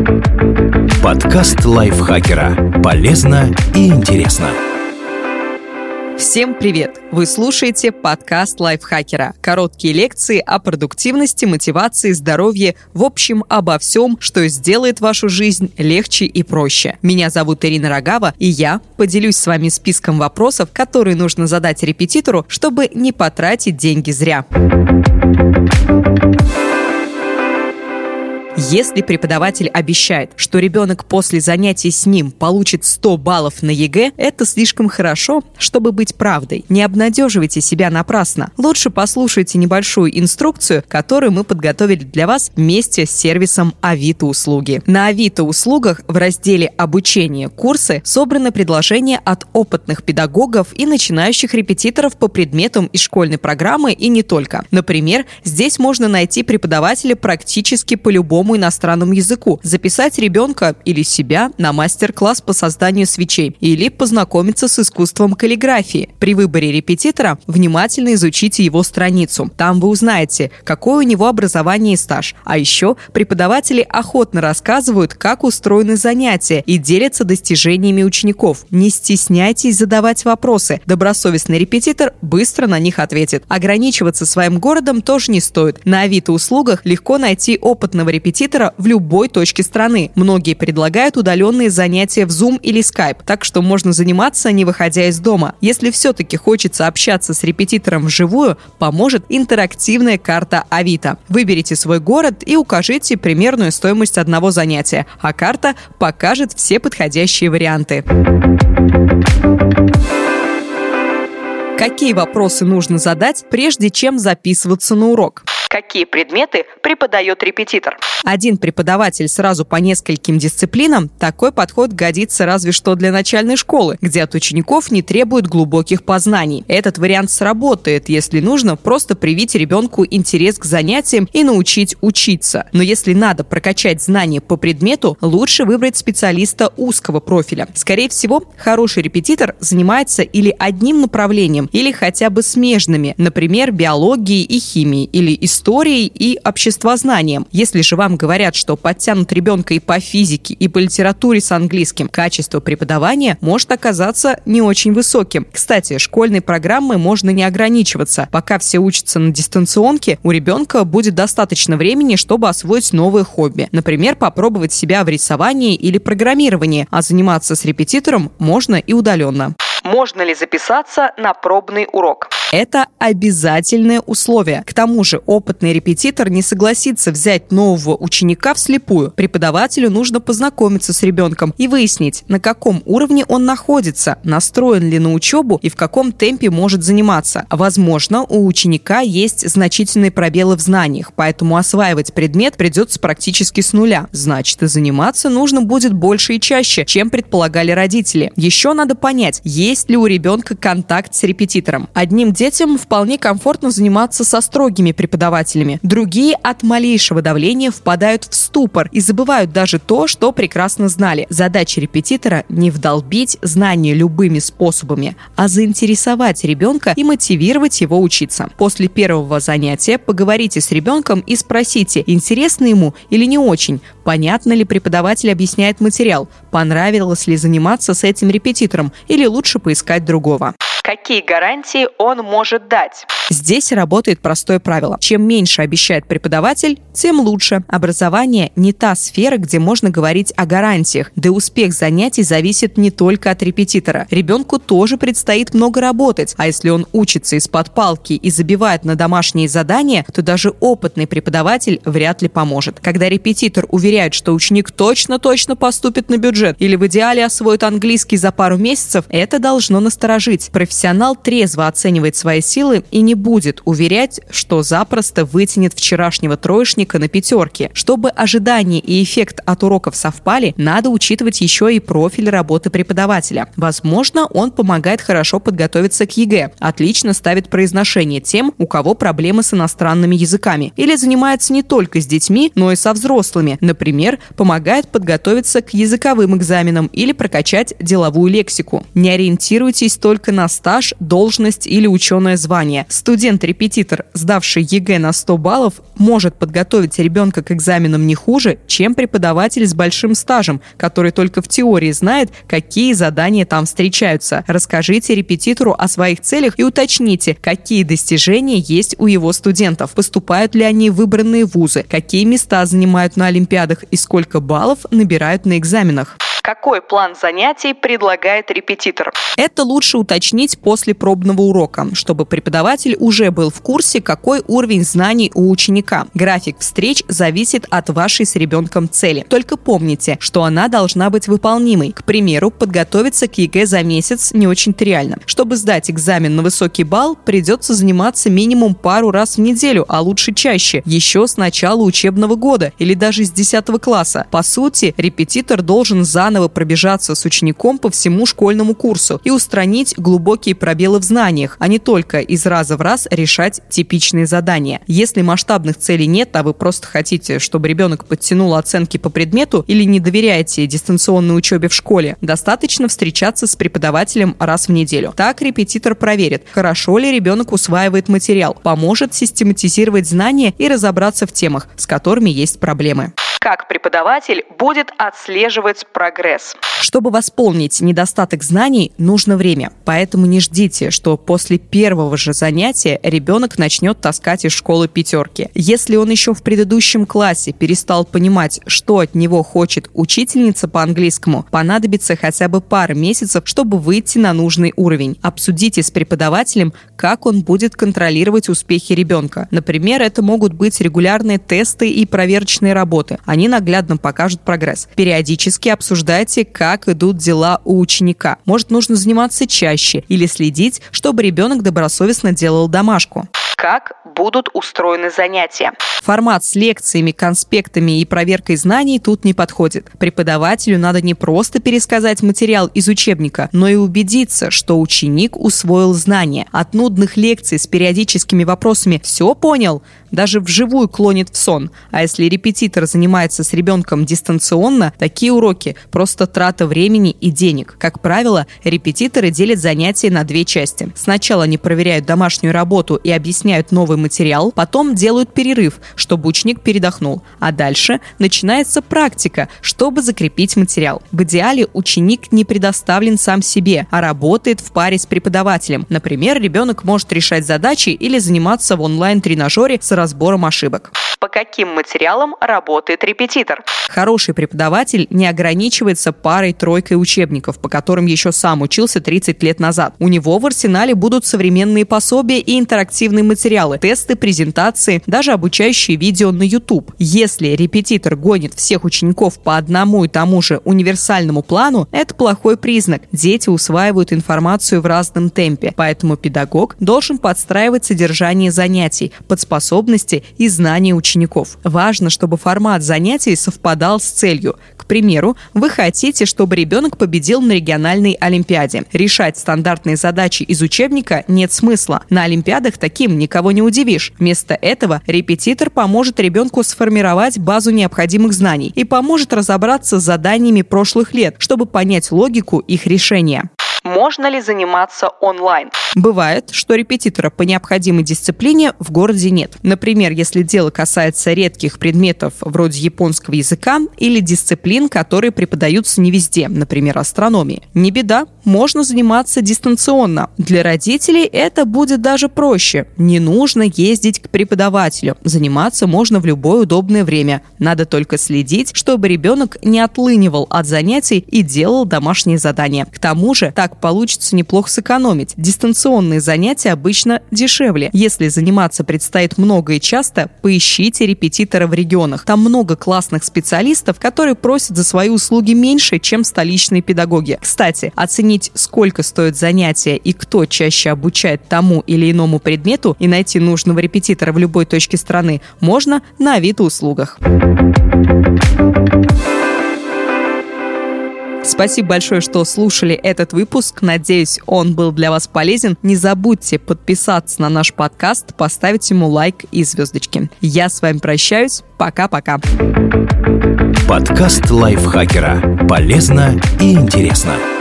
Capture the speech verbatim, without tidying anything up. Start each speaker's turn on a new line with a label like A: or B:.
A: Подкаст лайфхакера. Полезно и интересно.
B: Всем привет! Вы слушаете подкаст лайфхакера. Короткие лекции о продуктивности, мотивации, здоровье, в общем, обо всем, что сделает вашу жизнь легче и проще. Меня зовут Ирина Рогава, и я поделюсь с вами списком вопросов, которые нужно задать репетитору, чтобы не потратить деньги зря. Если преподаватель обещает, что ребенок после занятий с ним получит сто баллов на ЕГЭ, это слишком хорошо, чтобы быть правдой. Не обнадеживайте себя напрасно. Лучше послушайте небольшую инструкцию, которую мы подготовили для вас вместе с сервисом Авито услуги. На Авито услугах в разделе «Обучение. Курсы» собраны предложения от опытных педагогов и начинающих репетиторов по предметам из школьной программы и не только. Например, здесь можно найти преподавателя практически по любому иностранному языку, записать ребенка или себя на мастер-класс по созданию свечей или познакомиться с искусством каллиграфии. При выборе репетитора внимательно изучите его страницу. Там вы узнаете, какое у него образование и стаж. А еще преподаватели охотно рассказывают, как устроены занятия и делятся достижениями учеников. Не стесняйтесь задавать вопросы. Добросовестный репетитор быстро на них ответит. Ограничиваться своим городом тоже не стоит. На Авито услугах легко найти опытного репетитора в любой точке страны. Многие предлагают удаленные занятия в Zoom или Skype, так что можно заниматься, не выходя из дома. Если все-таки хочется общаться с репетитором вживую, поможет интерактивная карта Авито. Выберите свой город и укажите примерную стоимость одного занятия, а карта покажет все подходящие варианты. Какие вопросы нужно задать, прежде чем записываться на урок? Какие предметы преподает репетитор? Один преподаватель сразу по нескольким дисциплинам, такой подход годится разве что для начальной школы, где от учеников не требуют глубоких познаний. Этот вариант сработает, если нужно просто привить ребенку интерес к занятиям и научить учиться. Но если надо прокачать знания по предмету, лучше выбрать специалиста узкого профиля. Скорее всего, хороший репетитор занимается или одним направлением, или хотя бы смежными, например, биологией и химией, или историей и обществознанием. Если же вам говорят, что подтянут ребенка и по физике, и по литературе с английским, качество преподавания может оказаться не очень высоким. Кстати, школьной программой можно не ограничиваться. Пока все учатся на дистанционке, у ребенка будет достаточно времени, чтобы освоить новые хобби. Например, попробовать себя в рисовании или программировании, а заниматься с репетитором можно и удаленно. Можно ли записаться на пробный урок? Это обязательное условие. К тому же опытный репетитор не согласится взять нового ученика вслепую. Преподавателю нужно познакомиться с ребенком и выяснить, на каком уровне он находится, настроен ли на учебу и в каком темпе может заниматься. Возможно, у ученика есть значительные пробелы в знаниях, поэтому осваивать предмет придется практически с нуля. Значит, и заниматься нужно будет больше и чаще, чем предполагали родители. Еще надо понять, есть ли у ребенка контакт с репетитором. Одним детям вполне комфортно заниматься со строгими преподавателями. Другие от малейшего давления впадают в ступор и забывают даже то, что прекрасно знали. Задача репетитора – не вдолбить знания любыми способами, а заинтересовать ребенка и мотивировать его учиться. После первого занятия поговорите с ребенком и спросите, интересно ему или не очень, понятно ли преподаватель объясняет материал, понравилось ли заниматься с этим репетитором или лучше поискать другого. Какие гарантии он может дать? Здесь работает простое правило. Чем меньше обещает преподаватель, тем лучше. Образование не та сфера, где можно говорить о гарантиях. Да и успех занятий зависит не только от репетитора. Ребенку тоже предстоит много работать. А если он учится из-под палки и забивает на домашние задания, то даже опытный преподаватель вряд ли поможет. Когда репетитор уверяет, что ученик точно-точно поступит на бюджет или в идеале освоит английский за пару месяцев, это должно насторожить. Профессионал трезво оценивает свои силы и не будет уверять, что запросто вытянет вчерашнего троечника на пятерке. Чтобы ожидания и эффект от уроков совпали, надо учитывать еще и профиль работы преподавателя. Возможно, он помогает хорошо подготовиться к ЕГЭ, отлично ставит произношение тем, у кого проблемы с иностранными языками, или занимается не только с детьми, но и со взрослыми. Например, помогает подготовиться к языковым экзаменам или прокачать деловую лексику. Не ориентируйтесь только на стаж, должность или учебу ученое звание. Студент-репетитор, сдавший ЕГЭ на сто баллов, может подготовить ребенка к экзаменам не хуже, чем преподаватель с большим стажем, который только в теории знает, какие задания там встречаются. Расскажите репетитору о своих целях и уточните, какие достижения есть у его студентов, поступают ли они в выбранные вузы, какие места занимают на олимпиадах и сколько баллов набирают на экзаменах. Какой план занятий предлагает репетитор? Это лучше уточнить после пробного урока, чтобы преподаватель уже был в курсе, какой уровень знаний у ученика. График встреч зависит от вашей с ребенком цели. Только помните, что она должна быть выполнимой. К примеру, подготовиться к ЕГЭ за месяц не очень-то реально. Чтобы сдать экзамен на высокий балл, придется заниматься минимум пару раз в неделю, а лучше чаще, еще с начала учебного года или даже с десятого класса. По сути, репетитор должен заново пробежаться с учеником по всему школьному курсу и устранить глубокие пробелы в знаниях, а не только из раза в раз решать типичные задания. Если масштабных целей нет, а вы просто хотите, чтобы ребенок подтянул оценки по предмету или не доверяете дистанционной учебе в школе, достаточно встречаться с преподавателем раз в неделю. Так репетитор проверит, хорошо ли ребенок усваивает материал, поможет систематизировать знания и разобраться в темах, с которыми есть проблемы. Как преподаватель будет отслеживать прогресс? Чтобы восполнить недостаток знаний, нужно время. Поэтому не ждите, что после первого же занятия ребенок начнет таскать из школы пятерки. Если он еще в предыдущем классе перестал понимать, что от него хочет учительница по английскому, понадобится хотя бы пара месяцев, чтобы выйти на нужный уровень. Обсудите с преподавателем, как он будет контролировать успехи ребенка. Например, это могут быть регулярные тесты и проверочные работы. Они наглядно покажут прогресс. Периодически обсуждайте, как идут дела у ученика. Может, нужно заниматься чаще или следить, чтобы ребенок добросовестно делал домашку. Как будут устроены занятия? Формат с лекциями, конспектами и проверкой знаний тут не подходит. Преподавателю надо не просто пересказать материал из учебника, но и убедиться, что ученик усвоил знания. От нудных лекций с периодическими вопросами «все понял?» даже вживую клонит в сон. А если репетитор занимается с ребенком дистанционно, такие уроки – просто трата времени и денег. Как правило, репетиторы делят занятия на две части. Сначала они проверяют домашнюю работу и объясняют новый материал, потом делают перерыв, чтобы ученик передохнул. А дальше начинается практика, чтобы закрепить материал. В идеале ученик не предоставлен сам себе, а работает в паре с преподавателем. Например, ребенок может решать задачи или заниматься в онлайн-тренажере с разбором ошибок. По каким материалам работает репетитор? Хороший преподаватель не ограничивается парой-тройкой учебников, по которым еще сам учился тридцать лет назад. У него в арсенале будут современные пособия и интерактивные материалы, тесты, презентации, даже обучающие видео на YouTube. Если репетитор гонит всех учеников по одному и тому же универсальному плану, это плохой признак. Дети усваивают информацию в разном темпе, поэтому педагог должен подстраивать содержание занятий под способности и знания учеников. Важно, чтобы формат занятий совпадал с целью. К примеру, вы хотите, чтобы ребенок победил на региональной олимпиаде. Решать стандартные задачи из учебника нет смысла. На олимпиадах таким никого не удивишь. Вместо этого репетитор поможет ребенку сформировать базу необходимых знаний и поможет разобраться с заданиями прошлых лет, чтобы понять логику их решения. Можно ли заниматься онлайн? Бывает, что репетитора по необходимой дисциплине в городе нет. Например, если дело касается редких предметов вроде японского языка или дисциплин, которые преподаются не везде, например, астрономии. Не беда, можно заниматься дистанционно. Для родителей это будет даже проще. Не нужно ездить к преподавателю. Заниматься можно в любое удобное время. Надо только следить, чтобы ребенок не отлынивал от занятий и делал домашние задания. К тому же, так получится неплохо сэкономить. Дистанционные занятия обычно дешевле. Если заниматься предстоит много и часто, поищите репетитора в регионах. Там много классных специалистов, которые просят за свои услуги меньше, чем столичные педагоги. Кстати, оценить, сколько стоят занятия и кто чаще обучает тому или иному предмету, и найти нужного репетитора в любой точке страны можно на Авито-услугах. Спасибо большое, что слушали этот выпуск. Надеюсь, он был для вас полезен. Не забудьте подписаться на наш подкаст, поставить ему лайк и звездочки. Я с вами прощаюсь. Пока-пока.
A: Подкаст лайфхакера. Полезно и интересно.